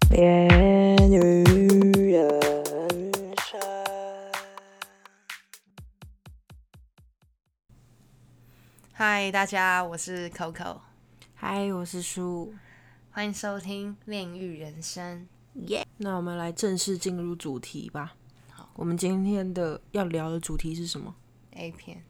恋与人生。 嗨，大家，我是 Coco， 嗨，我是舒， 欢迎收听《恋与人生》。 那我们来正式进入主题吧。好，我们今天的要聊的主题是什么 A 片。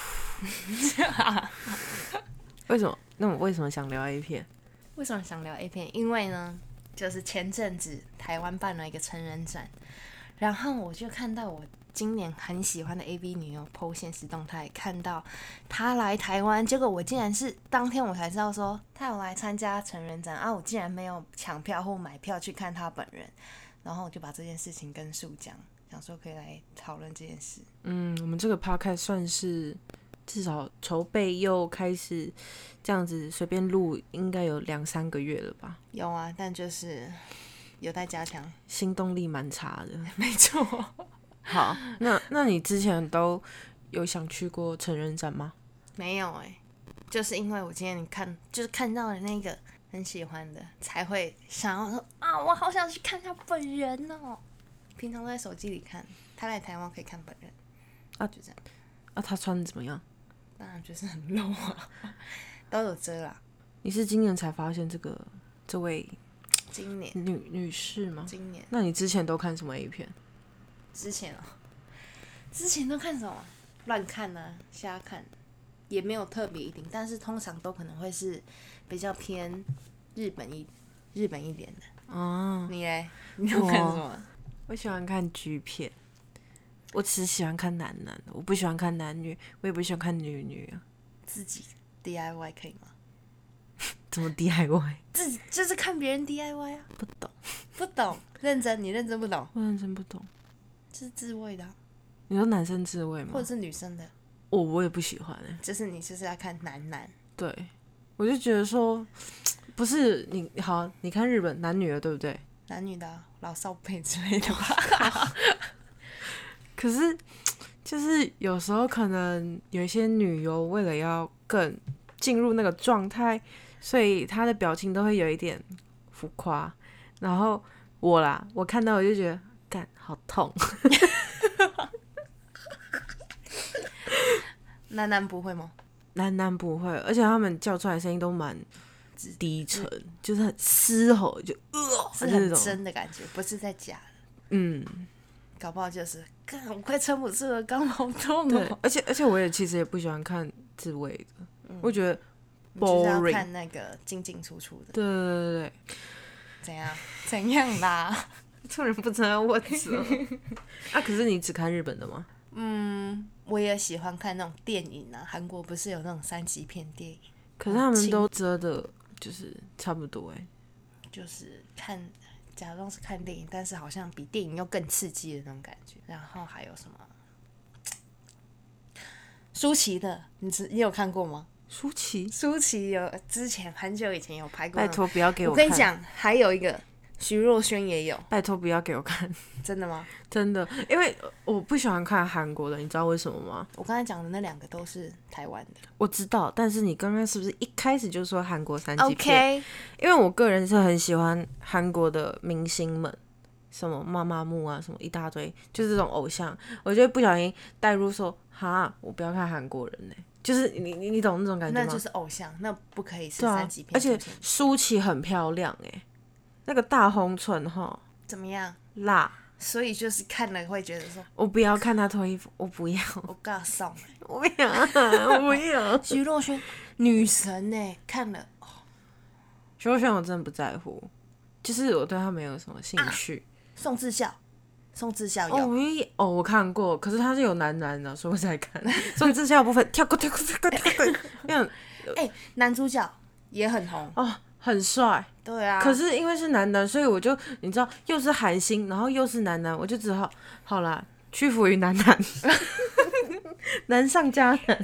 为什么？那我为什么想聊 A 片？ 为什么想聊 A 片？因为呢，就是前阵子台湾办了一个成人展，然后我就看到我今年很喜欢的 AV 女优 PO 现实动态，看到她来台湾，结果我竟然是当天我才知道说她有来参加成人展啊，我竟然没有抢票或买票去看她本人，然后我就把这件事情跟树讲，想说可以来讨论这件事。 我们这个 podcast 算是至少筹备又开始这样子随便录，应该有2-3个月了吧？ 有啊，但就是有待加强， 新动力蛮差的。 没错。 好，那你之前都有想去过成人展吗？ 没有就是因为我今天就是看到了那个很喜欢的，才会想要说啊，我好想去看他本人哦。平常都在手机里看，他来台湾可以看本人啊， 就这样。 啊，他穿的怎么样？ 当然就是很露啊，都有遮啦。 你是今年才发现这位今年女士吗？ 今年那你之前都看什么 A 片？ 之前都看什么？乱看啊，瞎看，也没有特别一定，但是通常都可能会是比较偏日本一点的。 哦， 你嘞？你都看什么？ 我喜欢看 G 片，我只喜欢看男的，我不喜欢看男女，我也不喜欢看女女啊。 自己 DIY 可以吗？ 怎么 DIY？ 自己就是看别人 DIY 啊。 不懂， 认真，你认真不懂？ 我认真不懂。 这是自慰的啊， 你说男生自慰吗？ 或者是女生的？ 我也不喜欢就是你就是要看男。 对，我就觉得说，不是你好，你看日本男女的对不对？ 男女的啊，老少配之类的吧。 可是就是有时候可能有一些女优为了要更进入那个状态，所以她的表情都会有一点浮夸。然后我看到我就觉得，干好痛。 男不会吗？ 男不会，而且他们叫出来的声音都蛮低沉，就是很嘶吼， 是很真的感觉，不是在假的。搞不好就是，干我快撑不住了，刚好痛对， 哦。 而且我其实也不喜欢看自慰的，我觉得你就是要 boring。 看那个进进出出的。 对， 怎样啦？ 突然不知道我怎么啊？可是你只看日本的吗？ 我也喜欢看那种电影啊，韩国不是有那种3级片电影， 可是他们都遮的，就是差不多就是假装是看电影，但是好像比电影又更刺激的那种感觉。然后还有什么舒淇的，你有看过吗？ 舒淇有之前很久以前有拍过， 拜托不要给我看。 我跟你讲，还有一个徐若瑄也有， 拜托不要给我看。 真的吗？ 真的，因为我不喜欢看韩国的，你知道为什么吗？ 我刚才讲的那2个都是台湾的。 我知道，但是你刚刚是不是一开始就说韩国3级片 OK， 因为我个人是很喜欢韩国的明星们，什么妈妈木啊，什么一大堆，就是这种偶像，我就会不小心带入说，哈，我不要看韩国人就是你懂那种感觉吗？ 那就是偶像，那不可以是对啊 3级片。 而且舒淇很漂亮那个大红唇怎么样？ 辣。 所以就是看了会觉得说， 我不要看她脱衣服，我不要， 我告诉你， 我不要，我不要。 徐若瑄女神看了徐若瑄我真的不在乎，就是我对她没有什么兴趣。 宋智孝有我看过，可是他是有男的，所以我才看。宋智孝的部分跳过， 男主角也很红很帅。 对啊， 可是因为是男的，所以我就你知道，又是韩星，然后又是男，我就只好啦，屈服于男，难上加难。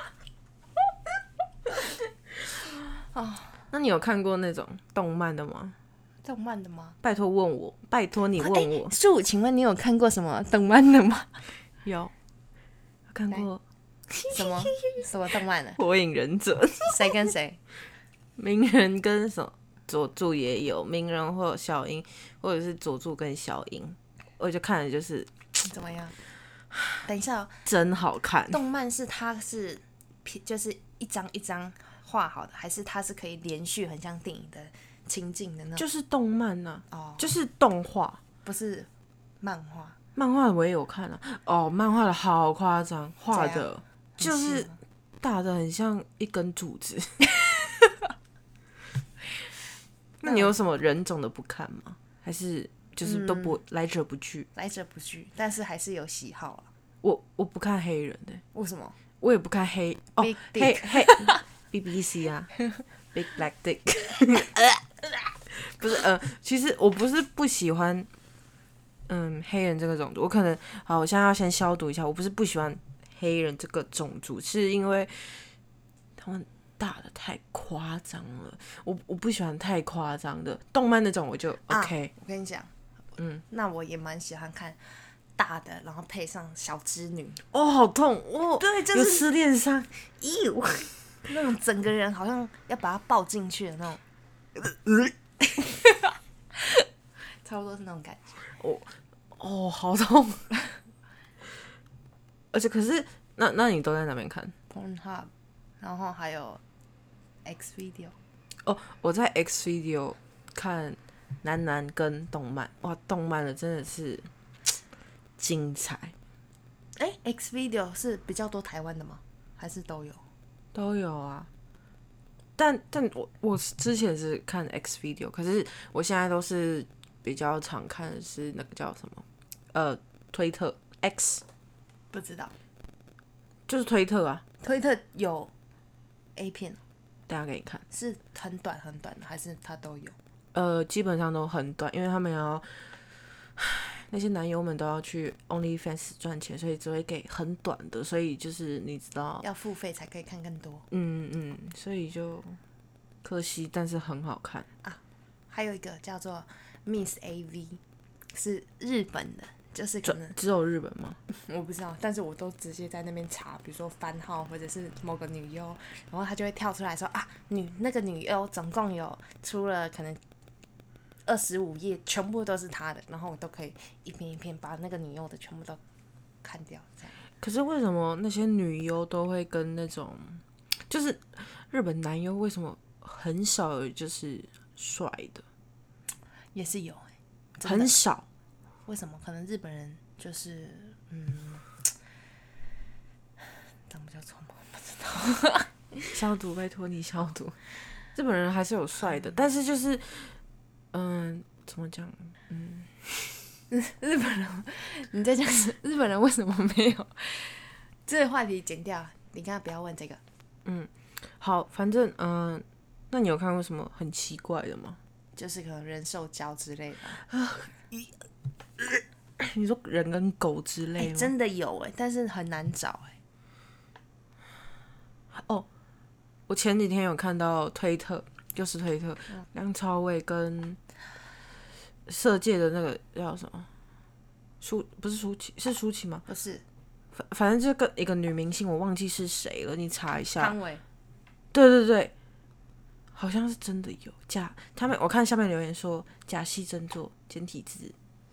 那你有看过那种动漫的吗？ 动漫的吗？ 拜托你问我。 树，请问你有看过什么动漫的吗？ 有看过什么动漫的？ 火影忍者。 谁跟谁？ 鸣人跟什么佐助也有，鸣人或小樱，或者是佐助跟小樱，我就看的就是怎么样？等一下哦， 真好看。 动漫它是就是一张一张画好的，还是它是可以连续很像电影的情境的那种？ 就是动漫啊， 哦， 就是动画。 不是漫画。 漫画我也有看啊，哦，漫画的好夸张，画的就是大的很像一根柱子。那你有什么人种的不看吗？还是就是都不、来者不拒？ 来者不拒，但是还是有喜好啊。 我不看黑人的， 为什么？ 我也不看黑哦 Big 黑 Dick 黑 BBC 啊，Big Black Dick 不是其实我不是不喜欢黑人这个种族，我可能好，我现在要先消毒一下，我不是不喜欢黑人这个种族，是因为他们大的太夸张了，我不喜欢太夸张的动漫那种，我就 OK。 我跟你讲，那我也蛮喜欢看大的，然后配上小织女， 哦，好痛哦， 对就是有撕裂伤， 咦，那种整个人好像要把它抱进去的那种，差不多是那种感觉。 哦，好痛。而且可是那你都在哪边看？ Pornhub，然后还有 X Video。 哦，我在 X Video 看男跟动漫，哇，动漫的真的是精彩， X Video 是比较多台湾的吗？还是都有？ 都有啊。但我之前是看 X Video， 可是我现在都是比较常看的是那个叫什么推特 X， 不知道。 就是推特啊。 推特有 A 片， 等一下给你看。 是很短很短的，还是它都有？ 基本上都很短，因为他们要那些男优们都要去 OnlyFans 赚钱，所以只会给很短的，所以就是你知道， 要付费才可以看更多。 所以就可惜，但是很好看。 还有一个叫做 Miss AV， 是日本的，就是可能只有日本吗？ 我不知道，但是我都直接在那边查，比如说番号或者是某个女优，然后他就会跳出来说啊，那个女优总共有出了可能25页，全部都是她的，然后我都可以一篇一篇把那个女优的全部都看掉，这样。 可是为什么那些女优都会跟那种，就是日本男优为什么很少有就是帅的？ 也是有很少。 为什么？可能日本人就是长比较丑吗？不知道。 消毒，拜托你消毒。日本人还是有帅的，但是就是怎么讲？ 日本人，你在讲日本人为什么没有？这个话题剪掉，你刚刚不要问这个。 好，反正那你有看过什么很奇怪的吗？ 就是可能人兽交之类的。 你说人跟狗之类吗？ 真的有但是很难找哦，我前几天有看到推特，就是推特，梁朝伟跟色戒的那个叫什么不是舒淇，是舒淇吗？ 不是， 反正就跟一个女明星，我忘记是谁了，你查一下。 汤唯。 对，好像是真的有他们我看下面留言说假戏真做，简体字。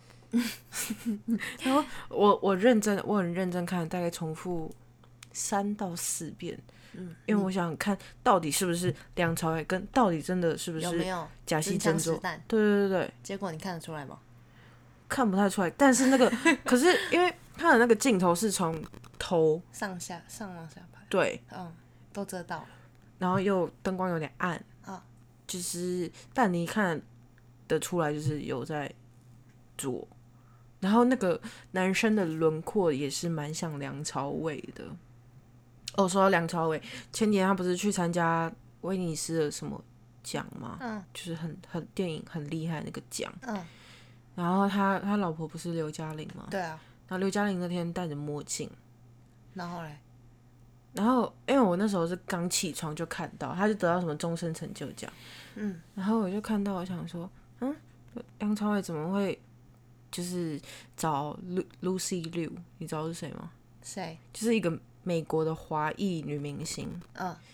然后我很认真看，大概重复3到4遍，因为我想看到底是不是梁朝伟跟到底真的是不是有没有假戏真做？ 真枪实弹？ 对， 结果你看得出来吗？ 看不太出来，但是那个可是因为他的那个镜头是从头上往下拍， 对， 都遮到了， 然后又灯光有点暗就是但你看得出来就是有在做，然后那个男生的轮廓也是蛮像梁朝伟的。说到梁朝伟，前几天他不是去参加威尼斯的什么奖吗？就是很电影很厉害那个奖。然后他老婆不是刘嘉玲吗？ 对啊。 然后刘嘉玲那天戴着墨镜， 然后嘞？ 然后因为我那时候是刚起床就看到，他就得到什么终身成就奖。然后我就看到，我想说，梁朝伟怎么会就是找 Lucy Liu， 你知道是谁吗？ 谁？ 就是一个美国的华裔女明星。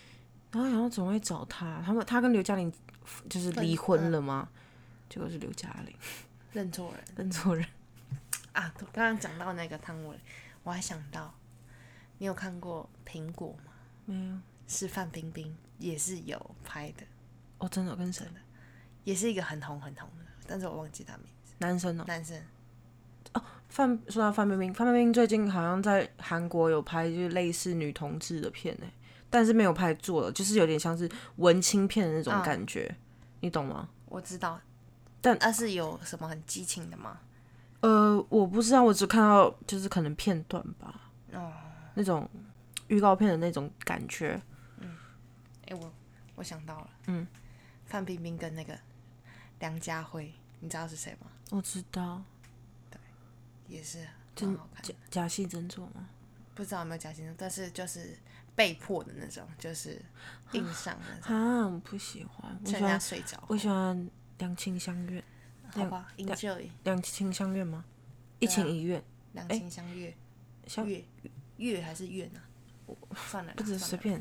然后想说怎么会找他？他跟刘嘉玲就是离婚了吗？结果是刘嘉玲认错人认错人啊！刚刚讲到那个汤唯，我还想到，你有看过《苹果》吗？ 没有？ 是范冰冰也是有拍的， 哦，真的跟谁？ 也是一个很红的，但是我忘记他名字。 男生哦， 男生。 说到范冰冰，范冰冰最近好像在韩国有拍就是类似女同志的片呢，但是没有拍做了，就是有点像是文青片的那种感觉，你懂吗？ 我知道， 但是有什么很激情的吗？ 我不知道，我只看到就是可能片段吧，那种预告片的那种感觉。 我想到了，范冰冰跟那个梁家辉，你知道是谁吗？ 我知道， 也是很好看的。 假戏真做吗？ 不知道有没有假戏，但是就是被迫的那种，就是硬上那种。 啊，我不喜欢， 趁人家睡着。 我喜欢两情相悦。 好吧 ，enjoy。 两情相悦吗？一情一愿。 两情相悦。月还是愿啊？算了， 不止随便。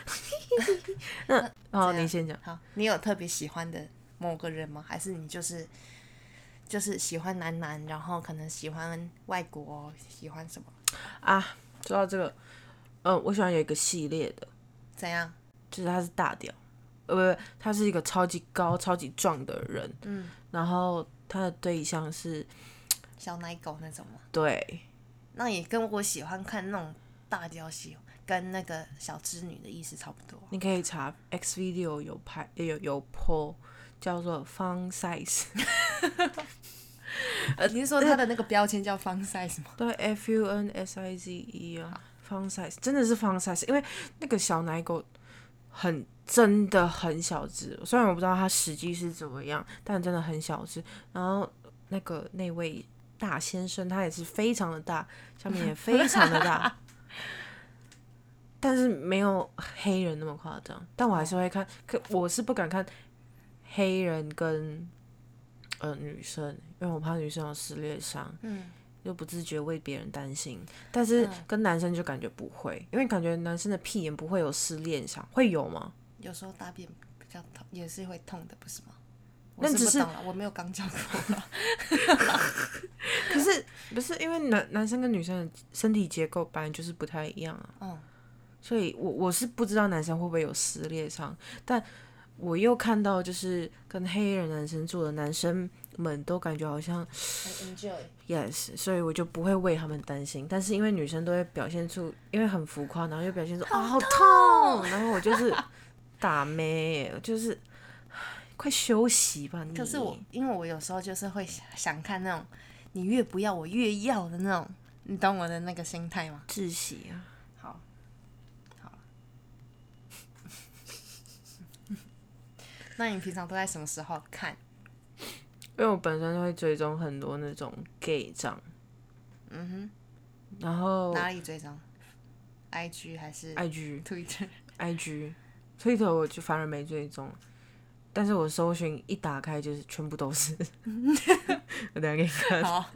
那你先讲。 好，你有特别喜欢的某个人吗？还是你就是喜欢男，然后可能喜欢外国，喜欢什么啊？说到这个，我喜欢有一个系列的， 怎样？ 就是他是大屌，他是一个超级高、超级壮的人，然后他的对象是小奶狗那种吗？ 对， 那也跟我喜欢看那种大屌跟那个小织女的意思差不多。 你可以查 X Video 有拍有 po 叫做 Fun Size。 你是说他的那个标签叫 Fun Size 吗？ 对 FUNSIZE 啊，Fun Size 真的是 Fun Size，因为那个小奶狗真的很小只，虽然我不知道它实际是怎么样，但真的很小只。然后那位大先生他也是非常的大，下面也非常的大，但是没有黑人那么夸张。但我还是会看，可我是不敢看黑人跟女生，因为我怕女生有撕裂伤，又不自觉为别人担心。但是跟男生就感觉不会，因为感觉男生的屁眼不会有撕裂伤，会有吗？ 有时候大便比较痛，也是会痛的，不是吗？ 那只是我不懂了，我没有刚教过了。 可是不是因为男生跟女生的身体结构本来就是不太一样啊，所以我是不知道男生会不会有撕裂伤，但我又看到就是跟黑人男生做的男生们都感觉好像很 enjoy。 yes， 所以我就不会为他们担心。但是因为女生都会表现出，因为很浮夸，然后又表现出好痛，然后我就是打妹，就是快休息吧你。 可是因为我有时候就是会想看那种你越不要我越要的那种，你懂我的那个心态吗？ 窒息啊。 好那你平常都在什么时候看？ 因为我本身会追踪很多那种 gay 账，然后哪里追踪 ？IG 还是 Twitter？Twitter 我就反而没追踪，但是我搜寻一打开就是全部都是。我等一下给你看。 好，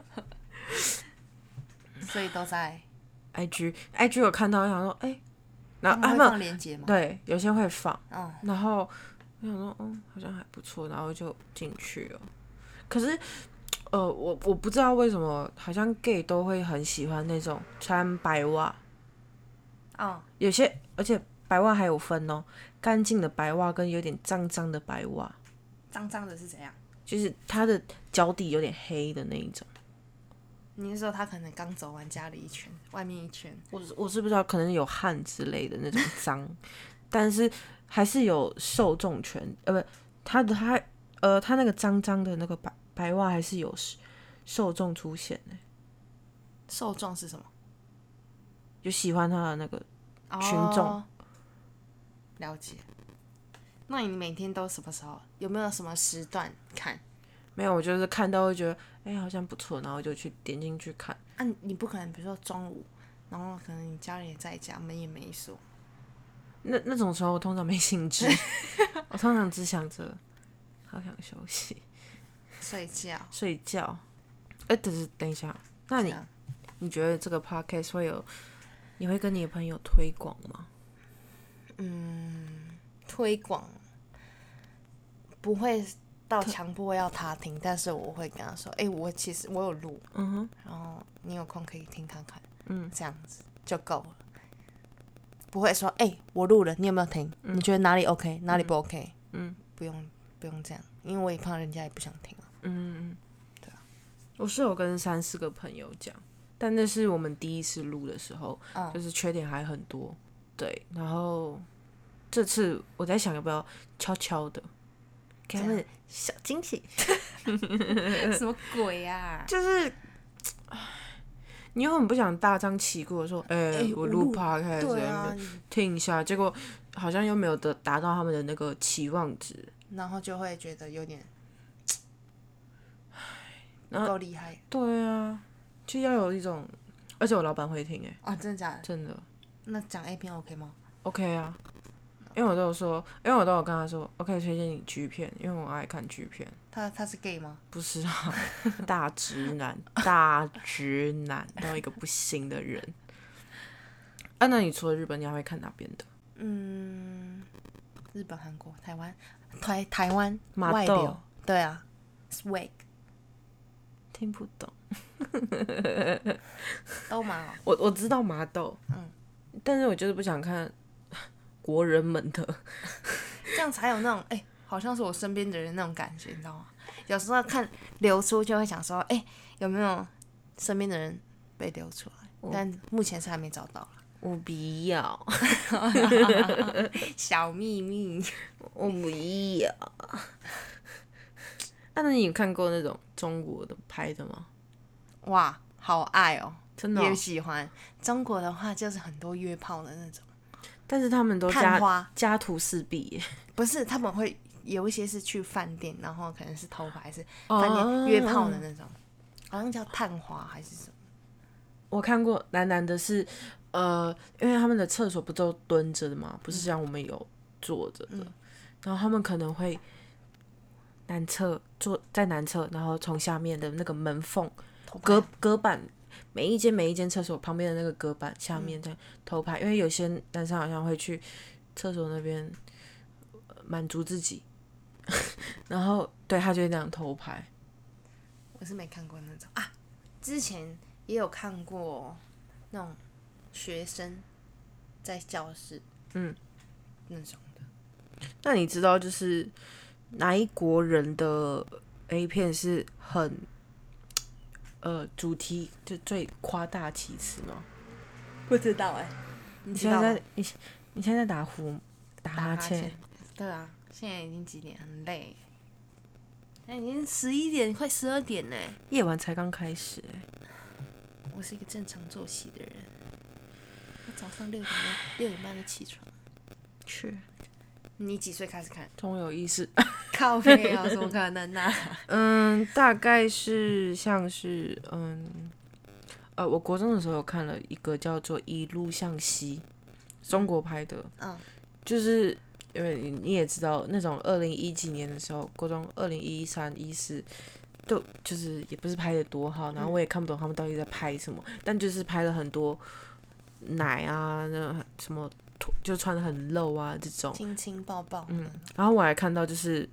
所以都在 IG 有看到，我想说，然后他们会放链接吗？ 对，有些会放，然后我想说，好像还不错，然后就进去了。可是，我不知道为什么，好像 gay 都会很喜欢那种穿白袜。有些，而且白袜还有分哦，干净的白袜跟有点脏脏的白袜。 脏脏的是怎样？ 就是它的脚底有点黑的那一种。 你是说他可能刚走完家里一圈，外面一圈？ 我是不知道，可能有汗之类的那种脏，但是还是有受众权，他那个脏脏的那个白袜还是有受众出现的。 受众是什么？ 就喜欢他的那个群众。 了解。那你每天都什么时候？有没有什么时段看？ 没有，我就是看到会觉得好像不错，然后就去点进去看。 你不可能比如说中午，然后可能你家人也在家，门也没锁。 那种时候我通常没兴致，我通常只想着好想休息。睡觉。等一下，那你觉得这个 podcast 你会跟你的朋友推广吗？ 推广，不会到强迫要他听，但是我会跟他说，我其实我有录，然后你有空可以听看看，这样子就够了，不会说，我录了，你有没有听？你觉得哪里 OK，哪里不 OK？不用这样，因为我也怕人家也不想听啊。对啊， 我是有跟3-4个朋友讲，但那是我们第一次录的时候，就是缺点还很多，对，然后这次我在想要不要悄悄的给他们小惊喜， 什么鬼啊？ 就是你又很不想大张旗鼓的说，我录 podcast， 对啊， 听一下，结果好像又没有达到他们的那个期望值， 然后就会觉得有点不够厉害。 对啊，就要有一种，而且我老板会听真的假的？ 真的。 那讲 A 片 OK 吗？ OK 啊，因为我都有跟他说 OK 推荐你 G 片，因为我爱看 G 片。 他是 gay 吗？ 不是啊，大直男到一个不行的人。那你除了日本，你还会看哪边的？ 日本、韩国、台湾，台湾麻外流豆， 对啊 ，swag 听不懂。 都蛮好。 我知道麻豆，但是我就是不想看国人们的， 这样才有那种好像是我身边的人那种感觉，你知道吗？有时候看流出就会想说，有没有身边的人被流出来？但目前是还没找到啦。 我不要， 小秘密， 我不要。那你有看过那种中国的拍的吗？ 哇，好爱哦， 真的也喜欢。中国的话就是很多约炮的那种， 但是他们都探花家徒四壁耶。 不是，他们会有一些是去饭店，然后可能是偷拍，还是饭店约炮的那种，好像叫探花还是什么。 我看过男的是，因为他们的厕所不都蹲着的嘛，不是像我们有坐着的，然后他们可能会坐在男厕，然后从下面的那个门缝隔板，每一间厕所旁边的那个隔板下面在偷拍，因为有些男生好像会去厕所那边满足自己，然后对他就会那样偷拍。 我是没看过那种啊，之前也有看过那种学生在教室，那种的。 那你知道就是哪一国人的 A 片是很主题就最夸大其词吗？ 不知道你知道吗？ 你现在打哈欠？ 对啊，现在已经几点？很累。已经11点，快12点呢。 夜晚才刚开始我是一个正常作息的人，我早上6点半就起床。 是。 你几岁开始看？ 终有意识。 靠背啊，怎么可能啊？ 大概是像是我国中的时候有看了一个叫做《一路向西》，中国拍的，就是因为你也知道那种2010几年的时候，国中2013、14都就是也不是拍的多好，然后我也看不懂他们到底在拍什么，但就是拍了很多奶啊，那什么就穿的很露啊这种， 亲亲抱抱， 然后我还看到就是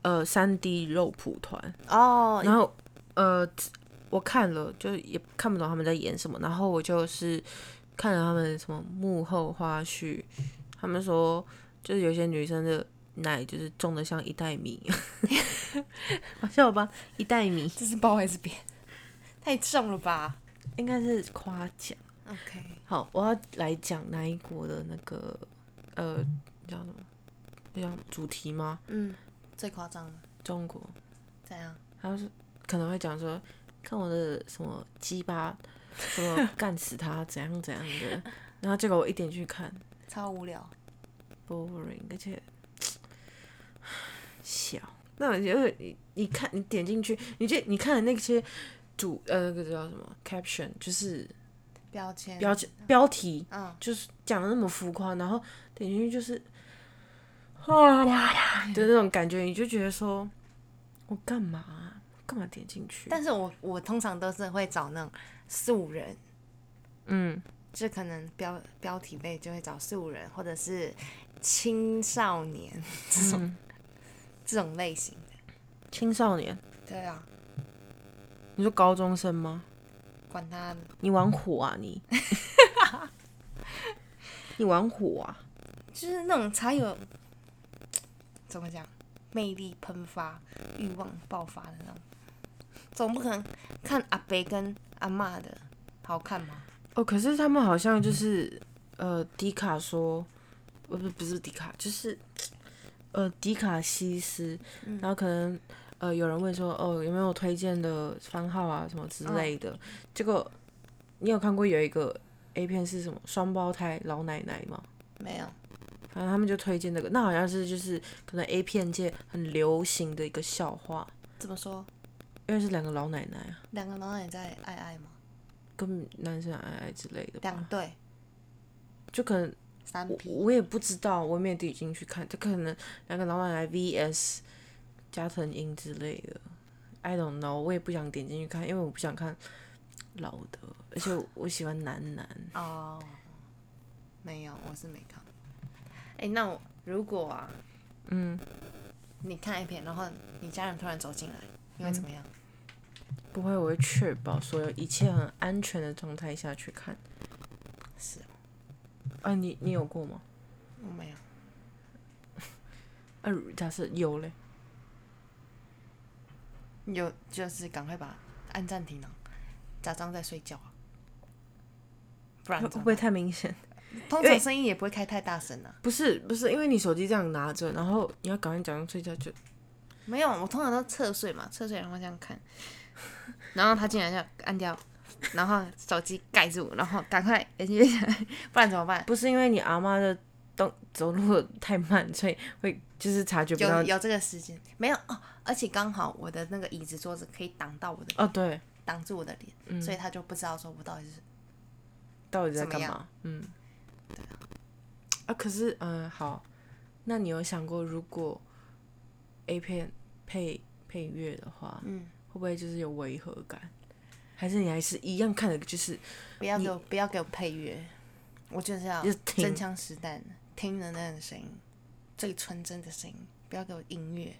3D 肉蒲团哦， 然后我看了就也看不懂他们在演什么，然后我就是看了他们什么幕后花絮，他们说就是有些女生的奶就是重的像一袋米，好笑吧？一袋米， 这是包还是扁？太重了吧？ 应该是夸奖。 OK， 好，我要来讲哪一国的那个叫什么？那叫主题吗？ 最夸张的中国。 怎样？ 他是可能会讲说，看我的什么鸡巴，什么干死他，怎样怎样的，然后结果我一点去看， 超无聊 ，boring， 而且小。那我觉得你看你点进去，你看的那些那个叫什么 caption， 就是标题，就是讲的那么浮夸，然后点进去就是的那种感觉，你就觉得说，我干嘛点进去？ 但是我通常都是会找那种素人，就可能标题类就会找素人，或者是青少年这种类型的。 青少年， 对啊， 你说高中生吗？ 管他的。 你玩火啊你？你玩火啊？ 就是那种才有怎么讲，魅力喷发、欲望爆发的那种。总不可能看阿伯跟阿嬷的好看吗？ 哦，可是他们好像就是迪卡说，不是迪卡，就是迪卡西斯，然后可能有人问说有没有推荐的番号啊什么之类的，结果你有看过有一个 A 片是什么双胞胎老奶奶吗？ 没有。 反正他们就推荐那个，那好像是就是可能 A 片界很流行的一个笑话， 怎么说？ 因为是两个老奶奶啊， 两个老奶在爱爱吗？ 跟男生爱爱之类的吧， 两对就可能三 P。 我也不知道，我也没有点进去看，就可能两个老奶奶 VS 加藤鹰之类的 ，I don't know， 我也不想点进去看，因为我不想看老的，而且我喜欢男。 哦，没有，我是没看。那我如果啊，你看 A 片，然后你家人突然走进来，你会怎么样？ 不会，我会确保所有一切很安全的状态下去看。 是啊，你有过吗？ 我没有。 假设有嘞， 有就是赶快把按暂停了，假装在睡觉啊，不然会不会太明显？ 通常声音也不会开太大声啊。 不是，因为你手机这样拿着，然后你要赶快假装睡觉就。 没有，我通常都侧睡嘛，侧睡然后这样看，然后他进来就按掉，然后手机盖住，然后赶快眼睛闭起来，不然怎么办？ 不是因为你阿妈的走路太慢，所以会就是察觉不到。 有这个时间没有哦？而且刚好我的那个椅子桌子可以挡到我的哦，对， 挡住我的脸，所以他就不知道说我到底是在干嘛？对啊。可是好，那你有想过如果 A 片配乐的话，会不会就是有违和感？还是你还是一样看的，就是不要给我配乐，我就是要真枪实弹听的那个声音，最纯真的声音，不要给我音乐。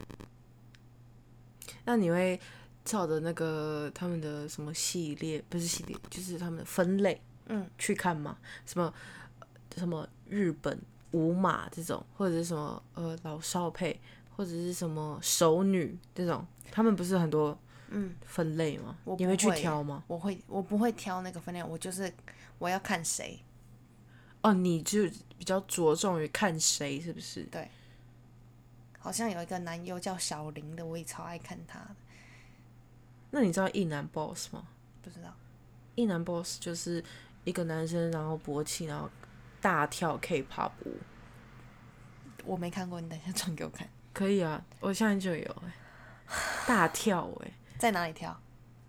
那你会照着那个他们的什么系列，不是系列，就是他们的分类，去看吗？什么日本舞马这种，或者是什么老少配，或者是什么熟女这种，他们不是很多分类吗？你会去挑吗？ 我不会挑那个分类，我要看谁。 哦，你就比较着重于看谁，是不是？ 对。好像有一个男优叫小林的，我也超爱看他的。 那你知道一男 boss 吗？ 不知道。 一男 boss 就是一个男生，然后勃起，然后大跳 K-pop 舞。 我没看过，你等一下传给我看。 可以啊，我现在就有大跳在哪里跳？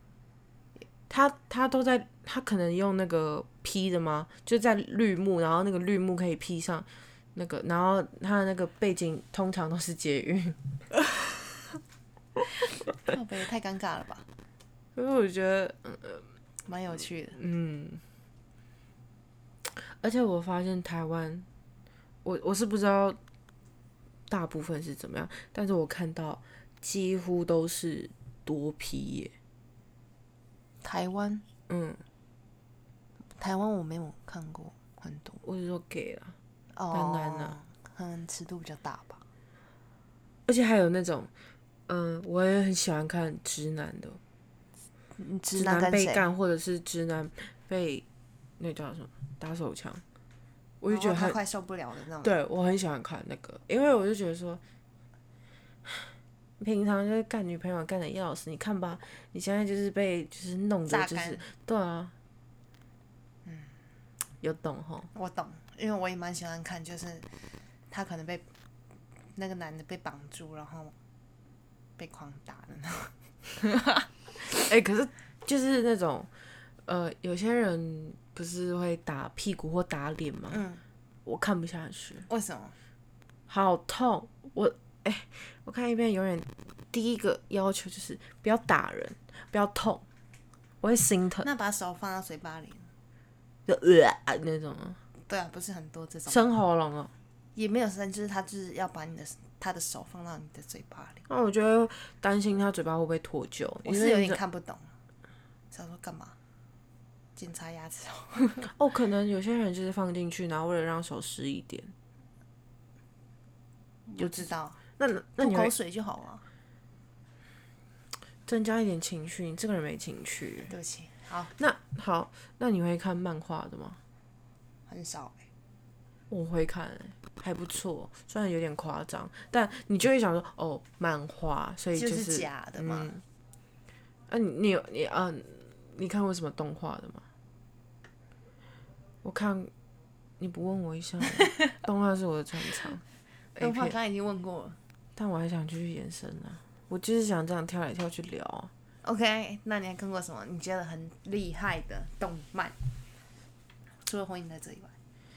他都在，他可能用那个 P 的吗？就在绿幕，然后那个绿幕可以 P 上那个，然后他的那个背景通常都是捷运。 靠北也太尴尬了吧？ 因为我觉得蛮有趣的。 而且我发现台湾，我是不知道大部分是怎么样，但是我看到几乎都是多 P 耶。 台湾，台湾我没有看过很多。 我是说给啦，男啊， 可能尺度比较大吧。 而且还有那种，我也很喜欢看直男的，直男被干，或者是直男被那叫什么打手枪，我就觉得他快受不了的那种。 对，我很喜欢看那个，因为我就觉得说，平常就是干女朋友干的要死，你看吧，你现在就是被就是弄的，就是对啊，有懂吼？ 我懂，因为我也蛮喜欢看，就是他可能被那个男的被绑住，然后被狂打的那种。 可是就是那种有些人不是会打屁股或打脸吗？我看不下去。 为什么？ 好痛！我看一遍永远第一个要求就是不要打人，不要痛，我会心疼。 那把手放到嘴巴里， 就那种啊。 对啊，不是很多这种。 生喉咙哦。 也没有声，就是他就是要把他的手放到你的嘴巴里。 那我觉得担心他嘴巴会不会脱臼， 我是有点看不懂，想说干嘛？检查牙齿哦，可能有些人就是放进去，然后为了让手湿一点。 就知道， 那你会吐口水就好了。 增加一点情绪，你这个人没情趣。 对不起，好， 那你会看漫画的吗？ 很少我会看、还不错，虽然有点夸张，但你就会想说，哦，漫画，所以就是假的嘛。 你看过什么动画的吗？我看，你不问我一下吗，动画是我的专长。 动画刚刚已经问过了。 但我还想继续延伸啊，我就是想这样跳来跳去聊啊。 OK， 那你还看过什么你觉得很厉害的动漫？除了《火影忍者》以外，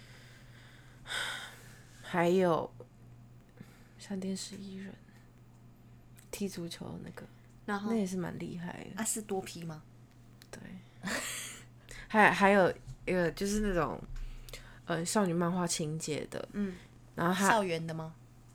还有闪电11人踢足球的那个， 然后那也是蛮厉害的。 是多批吗？ 对，还有一个就是那种少女漫画情节的，然后校园的吗？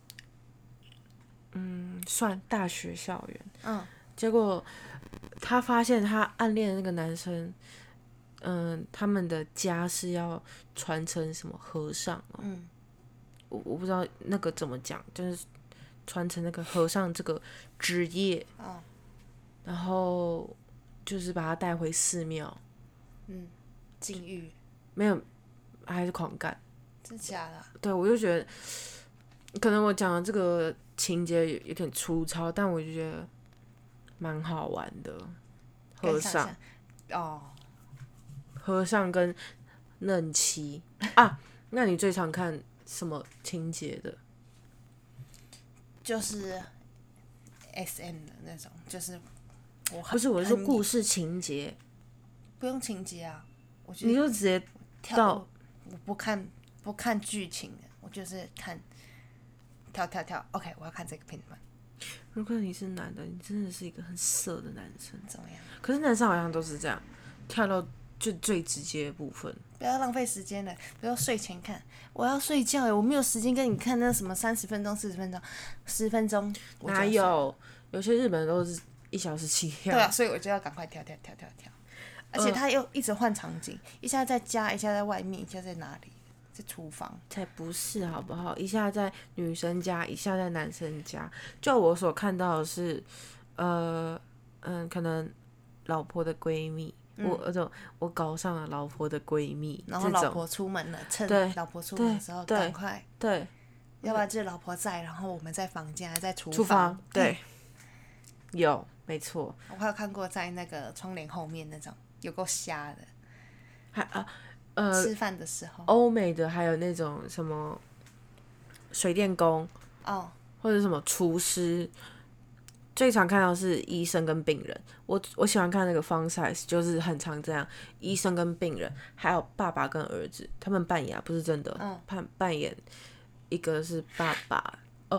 算大学校园，结果他发现他暗恋的那个男生，他们的家是要传承什么和尚我不知道那个怎么讲，就是传承那个和尚这个职业，然后就是把他带回寺庙， 禁欲， 没有，还是狂干， 真假的？ 对，我就觉得，可能我讲的这个情节有点粗糙，但我就觉得蛮好玩的。和尚跟嫩妻啊，那你最常看什么情节的？ 就是 SM 的那种，就是不是，我是说故事情节， 不用情节啊，我你就直接到， 我不看剧情的，我就是看跳 ，OK， 我要看这个片段。 如果你是男的，你真的是一个很色的男生， 怎么样？ 可是男生好像都是这样，跳到就最直接的部分。 不要浪费时间了，不要睡前看。我要睡觉耶，我没有时间跟你看那什么30分钟、40分钟、10分钟。 哪有？有些日本都是1小时起跳。 对啊，所以我就要赶快跳。而且他又一直换场景，一下在家，一下在外面，一下在哪里？在厨房。 才不是好不好？一下在女生家，一下在男生家。就我所看到的是，可能老婆的闺蜜。我搞上了老婆的闺蜜， 然后老婆出门了，趁老婆出门的时候赶快， 对， 要不然就是老婆在，然后我们在房间，还在厨房，对，有，没错。 我还有看过在那个窗帘后面那种，有够瞎的，吃饭的时候， 欧美的还有那种什么水电工或者什么厨师。最常看到是医生跟病人，我喜欢看那个 Fun Size， 就是很常这样，医生跟病人，还有爸爸跟儿子，他们扮演不是真的，扮演一个是爸爸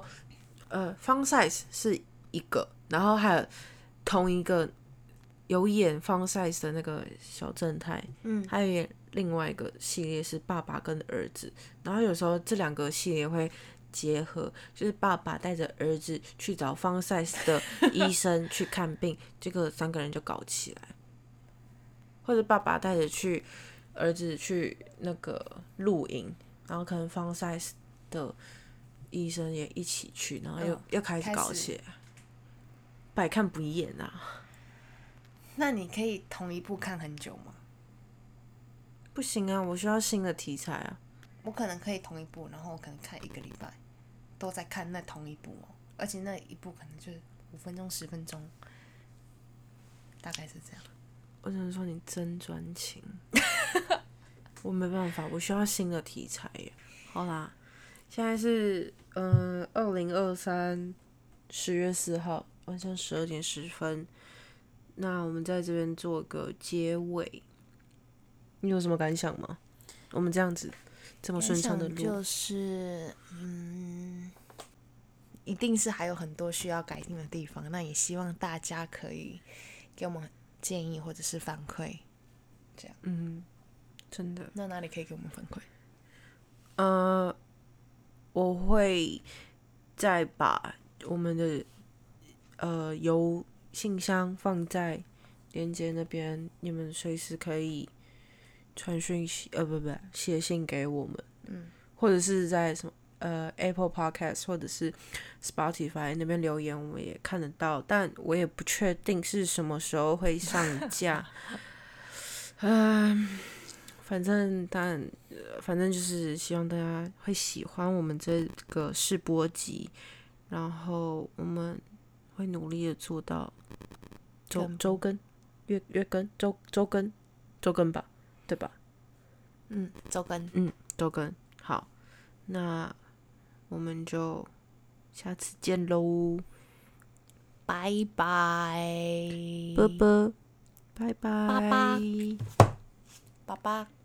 Fun Size 是一个，然后还有同一个有演 Fun Size 的那个小正太，还有演另外一个系列是爸爸跟儿子，然后有时候这2个系列会结合，就是爸爸带着儿子去找Fun Size的医生去看病，这个3个人就搞起来，或者爸爸带着儿子去那个露营，然后可能Fun Size的医生也一起去，然后又开始搞起来，百看不厌啊。 那你可以同一部看很久吗？ 不行啊，我需要新的题材啊。 我可能可以同一部，然后我可能看1个礼拜，都在看那同一部而且那一部可能就是5分钟、10分钟，大概是这样。 我只能说你真专情，我没办法，我需要新的题材耶。好啦，现在是2023 10月4号晚上12点10分，那我们在这边做个结尾，你有什么感想吗？我们这样子这么顺畅的录， 就是一定是还有很多需要改进的地方，那也希望大家可以给我们建议或者是反馈，这样。 真的。 那哪里可以给我们反馈？ 我会再把我们的邮信箱放在连接那边，你们随时可以传讯息，不写信给我们，或者是在什么Apple Podcast 或者是 Spotify 那边留言，我们也看得到，但我也不确定是什么时候会上架。反正就是希望大家会喜欢我们这个试播集，然后我们会努力的做到周更、月更、周更吧，对吧？ 周更， 周更。好，那我们就下次见喽， 拜拜， 啵啵，拜拜， 爸爸。